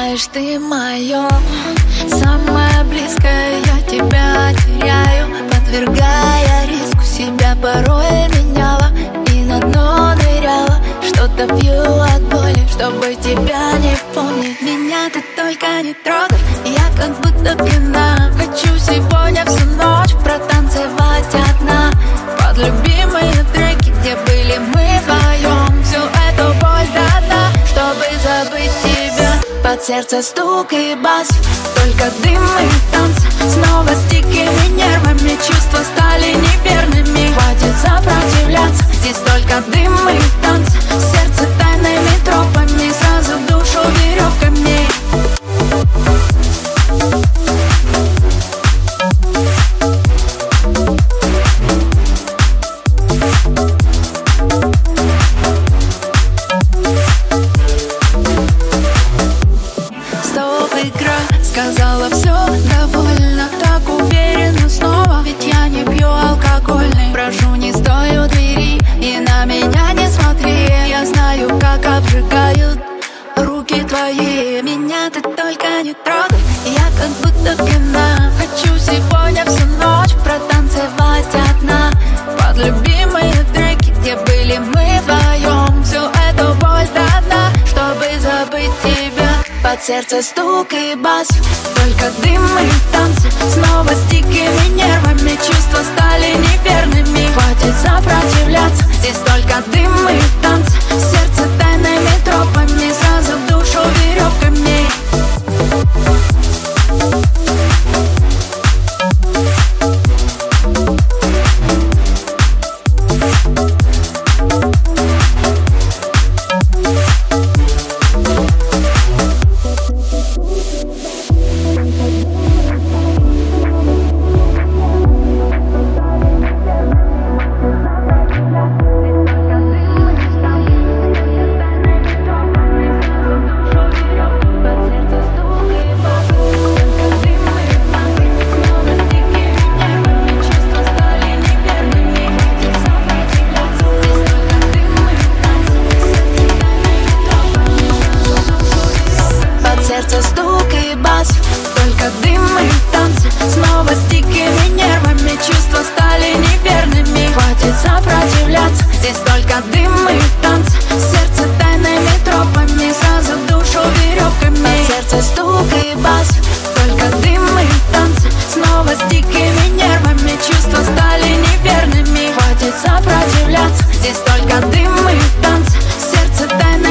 знаешь, ты мое самое близкое, я тебя теряю, подвергая риску себя. Порой меняла и на дно ныряла, что-то пью от боли, чтобы тебя не помнить. Меня ты только не трогай, я как будто пьяна. Хочу сегодня всю ночь протанцевать одна под любимые треки, где были мы вдвоем. Всю эту боль до дна, чтобы забыть тебя. Под сердце стук и бас, только дым и танцы. Снова с дикими нервами чувства стали неверными. Хватит сопротивляться, здесь только дым и танцы. Сердце тайными тропами, сразу в душу веревками. Стоп, игра, сказала все довольно. Так уверенно снова, ведь я не пью алкогольный. Прошу, не стой у двери и на меня не смотри. Я знаю, как обжигают руки твои. Меня ты только не трогай, я как будто пьяна. Хочу сегодня всю ночь протанцевать одна под любимые треки, где были мы вдвоем. Всю эту боль до дна, чтобы забыть тебя. Под сердце стук и бас, только дым и танцы. Снова с дикими нервами чувства стали неверными. Хватит сопротивляться, здесь только дым и танцы. Сердце тайными тропами, сразу в душу веревками. Сердце стук и бас, только дым и танцы. Снова с дикими нервами чувства стали неверными. Хватит сопротивляться, здесь только дым и танцы. Сердце тайными тропами, сразу в душу веревками. Сердце стук и бас, только дым и танцы. Снова с дикими нервами чувства стали неверными. Хватит сопротивляться, здесь только дым и танцы. Сердце тайными